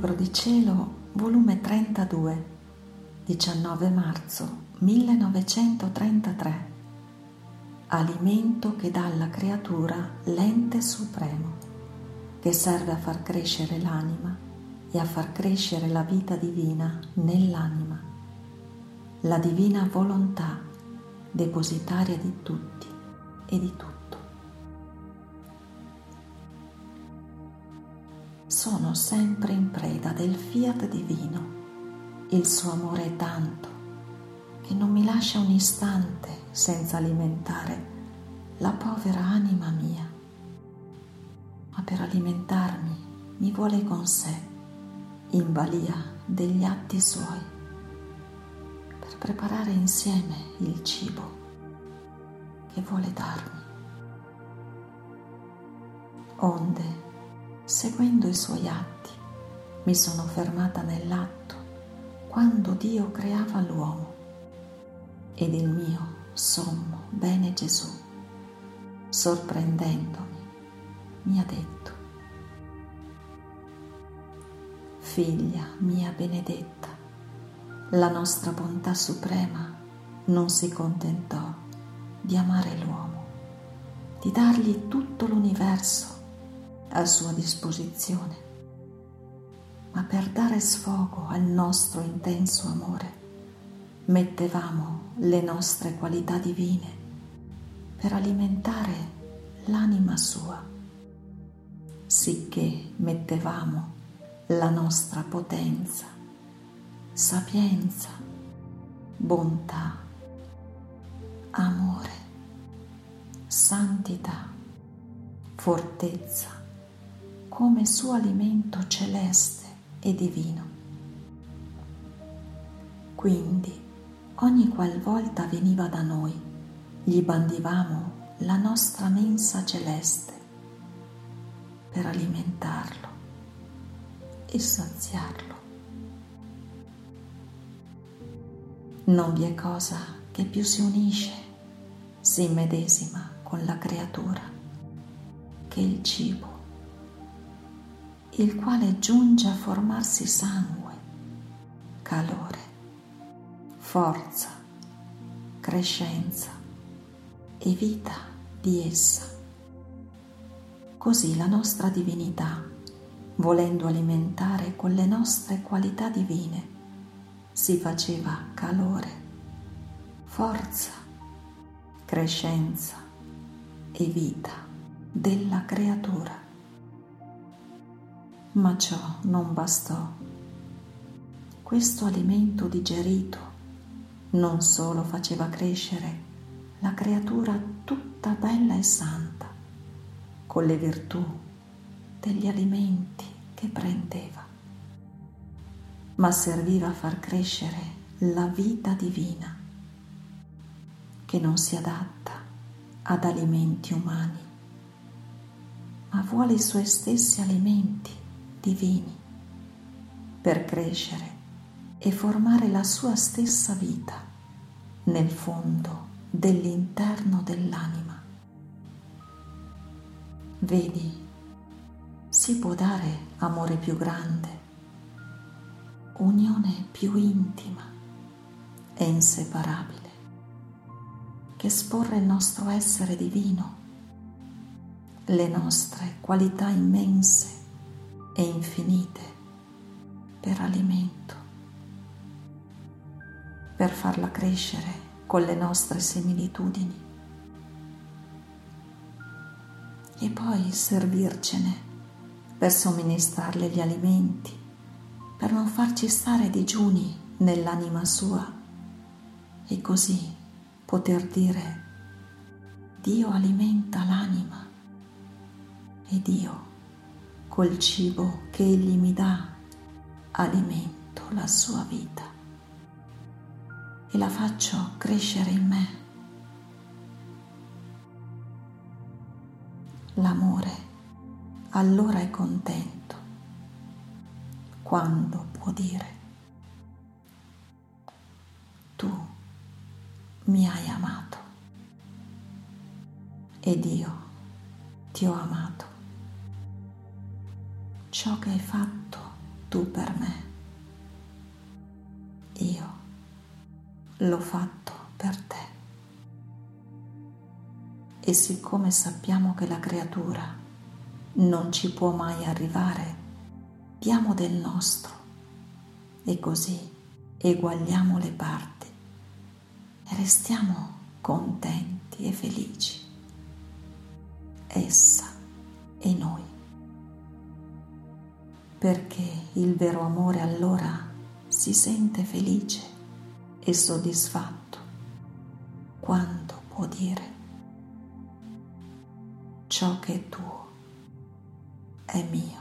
Libro di Cielo, volume 32, 19 marzo 1933. Alimento che dà alla creatura l'ente supremo, che serve a far crescere l'anima e a far crescere la vita divina nell'anima, la divina volontà depositaria di tutti e di tutto. Sono sempre in preda del fiat divino. Il suo amore è tanto che non mi lascia un istante senza alimentare la povera anima mia. Ma per alimentarmi mi vuole con sé, in balia degli atti suoi, per preparare insieme il cibo che vuole darmi. Onde, seguendo i suoi atti, mi sono fermata nell'atto quando Dio creava l'uomo ed il mio sommo bene Gesù, sorprendendomi, mi ha detto: figlia mia benedetta, la nostra bontà suprema non si contentò di amare l'uomo, di dargli tutto l'universo a sua disposizione, ma per dare sfogo al nostro intenso amore mettevamo le nostre qualità divine per alimentare l'anima sua, sicché mettevamo la nostra potenza, sapienza, bontà, amore, santità, fortezza come suo alimento celeste e divino. Quindi, ogni qualvolta veniva da noi, gli bandivamo la nostra mensa celeste per alimentarlo e saziarlo. Non vi è cosa che più si unisce, si immedesima con la creatura, che il cibo, il quale giunge a formarsi sangue, calore, forza, crescenza e vita di essa. Così la nostra divinità, volendo alimentare con le nostre qualità divine, si faceva calore, forza, crescenza e vita della creatura. Ma ciò non bastò. Questo alimento digerito non solo faceva crescere la creatura tutta bella e santa, con le virtù degli alimenti che prendeva, ma serviva a far crescere la vita divina, che non si adatta ad alimenti umani, ma vuole i suoi stessi alimenti divini per crescere e formare la sua stessa vita nel fondo dell'interno dell'anima. Vedi, si può dare amore più grande, unione più intima e inseparabile, che esporre il nostro essere divino, le nostre qualità immense e infinite per alimento, per farla crescere con le nostre similitudini e poi servircene per somministrarle gli alimenti, per non farci stare digiuni nell'anima sua e così poter dire: Dio alimenta l'anima ed io, col cibo che Egli mi dà, alimento la sua vita e la faccio crescere in me. L'amore allora è contento quando può dire: tu mi hai amato ed io ti ho amato. Ciò che hai fatto tu per me. Io l'ho fatto per te. E siccome sappiamo che la creatura non ci può mai arrivare, diamo del nostro e così eguagliamo le parti e restiamo contenti e felici, essa e noi, perché il vero amore allora si sente felice e soddisfatto quando può dire: ciò che è tuo è mio.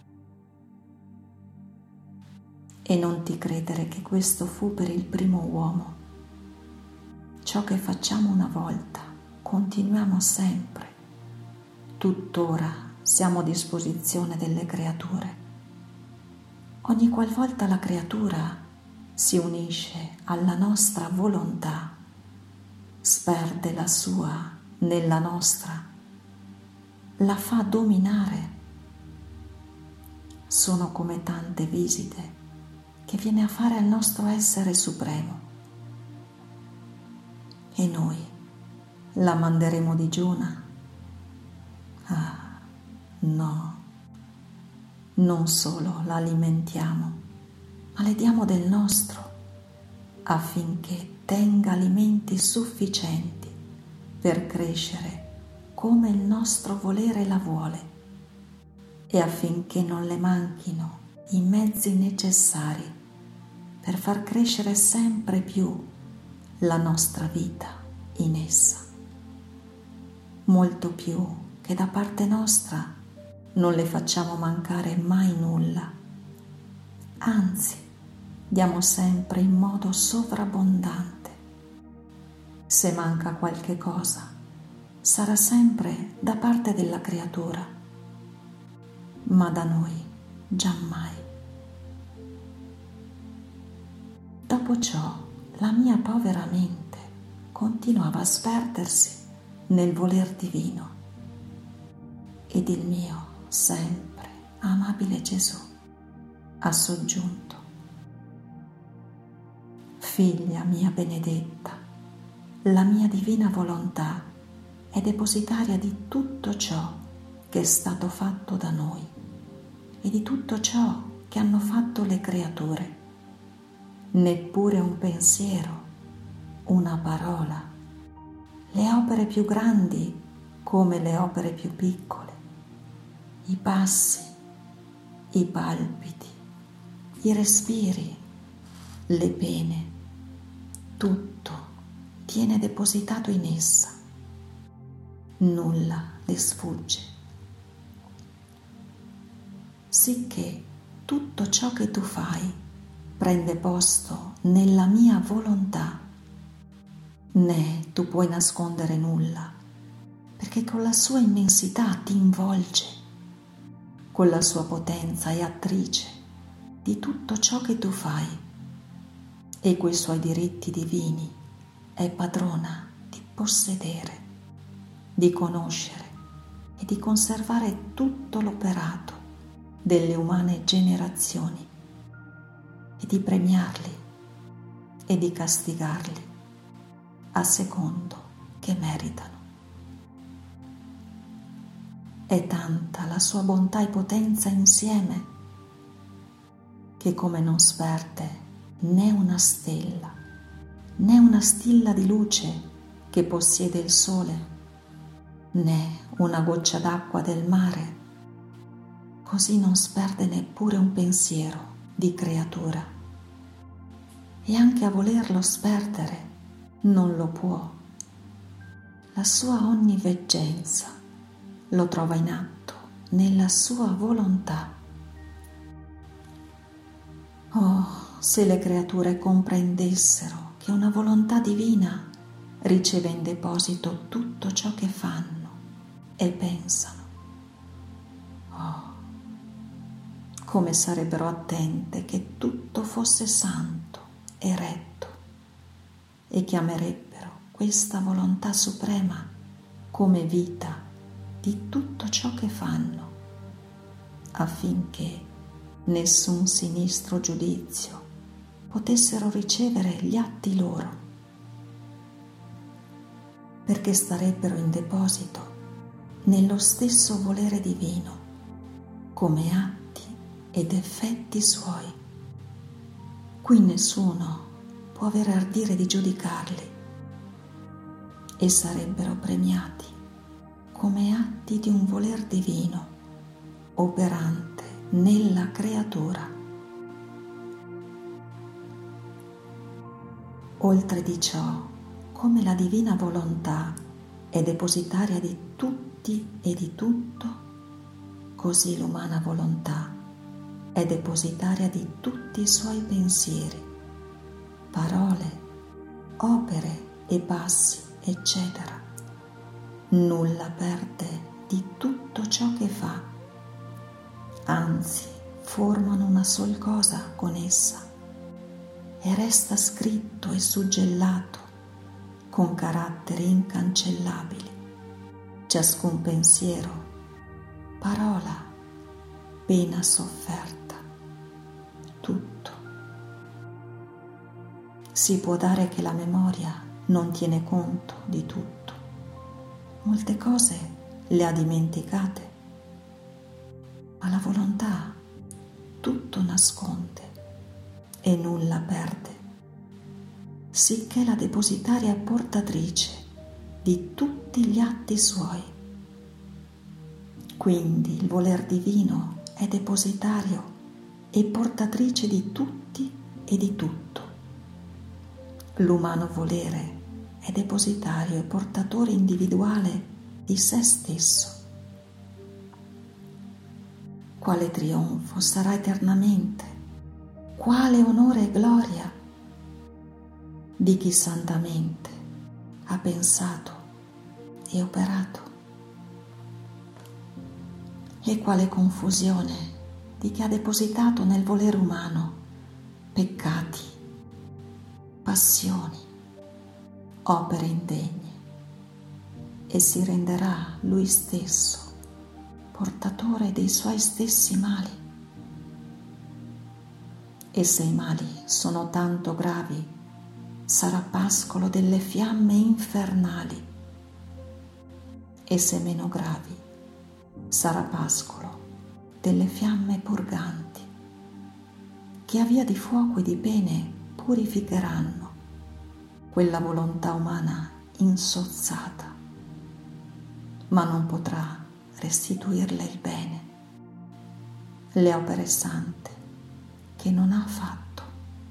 E non ti credere che questo fu per il primo uomo. Ciò che facciamo una volta, continuiamo sempre. Tuttora siamo a disposizione delle creature. Ogni qualvolta la creatura si unisce alla nostra volontà, sperde la sua nella nostra, la fa dominare. Sono come tante visite che viene a fare al nostro essere supremo. E noi la manderemo digiuna? Ah, no, non solo la alimentiamo, ma le diamo del nostro affinché tenga alimenti sufficienti per crescere come il nostro volere la vuole e affinché non le manchino i mezzi necessari per far crescere sempre più la nostra vita in essa, molto più che da parte nostra non le facciamo mancare mai nulla, anzi diamo sempre in modo sovrabbondante. Se manca qualche cosa, sarà sempre da parte della creatura, ma da noi giammai. Dopo ciò, la mia povera mente continuava a sperdersi nel voler divino ed il mio sempre amabile Gesù ha soggiunto: figlia mia benedetta, la mia divina volontà è depositaria di tutto ciò che è stato fatto da noi e di tutto ciò che hanno fatto le creature. Neppure un pensiero, una parola, le opere più grandi come le opere più piccole, i passi, i palpiti, i respiri, le pene, tutto tiene depositato in essa, nulla le sfugge. Sicché tutto ciò che tu fai prende posto nella mia volontà, né tu puoi nascondere nulla, perché con la sua immensità ti involge, con la sua potenza è attrice di tutto ciò che tu fai e coi suoi diritti divini è padrona di possedere, di conoscere e di conservare tutto l'operato delle umane generazioni e di premiarli e di castigarli a secondo che meritano. È tanta la sua bontà e potenza insieme che come non sperde né una stella di luce che possiede il sole, né una goccia d'acqua del mare, così non sperde neppure un pensiero di creatura, e anche a volerlo sperdere non lo può. La sua onniveggenza lo trova in atto nella sua volontà. Oh, se le creature comprendessero che una volontà divina riceve in deposito tutto ciò che fanno e pensano, oh, come sarebbero attente che tutto fosse santo e retto, e chiamerebbero questa volontà suprema come vita di tutto ciò che fanno, affinché nessun sinistro giudizio potessero ricevere gli atti loro, perché starebbero in deposito nello stesso volere divino, come atti ed effetti suoi. Qui nessuno può avere ardire di giudicarli, e sarebbero premiati come atti di un voler divino operante nella creatura. Oltre di ciò, come la divina volontà è depositaria di tutti e di tutto, così l'umana volontà è depositaria di tutti i suoi pensieri, parole, opere e passi, eccetera. Nulla perde di tutto ciò che fa, anzi formano una sol cosa con essa e resta scritto e suggellato con caratteri incancellabili ciascun pensiero, parola, pena sofferta, tutto. Si può dare che la memoria non tiene conto di tutto. Molte cose le ha dimenticate, ma la volontà tutto nasconde e nulla perde, sicché la depositaria è portatrice di tutti gli atti suoi. Quindi il voler divino è depositario e portatrice di tutti e di tutto. L'umano volere è depositario e portatore individuale di sé stesso. Quale trionfo sarà eternamente, quale onore e gloria di chi santamente ha pensato e operato, e quale confusione di chi ha depositato nel volere umano peccati, passioni, opere indegne, e si renderà lui stesso portatore dei suoi stessi mali. E se i mali sono tanto gravi, sarà pascolo delle fiamme infernali, e se meno gravi, sarà pascolo delle fiamme purganti, che a via di fuoco e di pene purificheranno quella volontà umana insozzata, ma non potrà restituirle il bene, le opere sante che non ha fatto.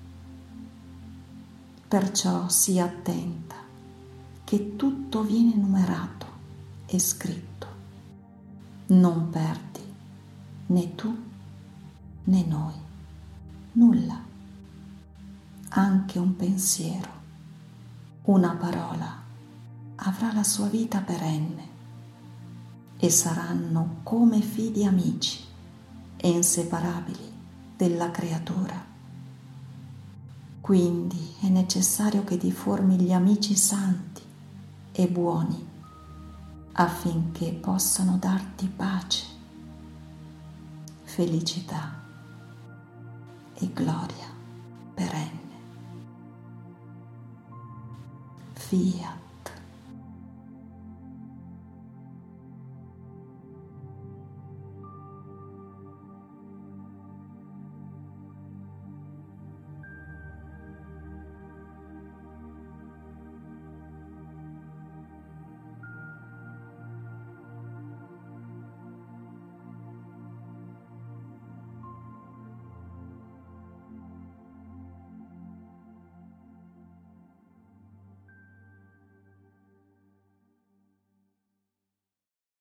Perciò sii attenta che tutto viene numerato e scritto. Non perdi né tu né noi nulla, anche un pensiero, una parola avrà la sua vita perenne e saranno come fidi amici e inseparabili della creatura. Quindi è necessario che ti formi gli amici santi e buoni affinché possano darti pace, felicità e gloria perenne. Fiat.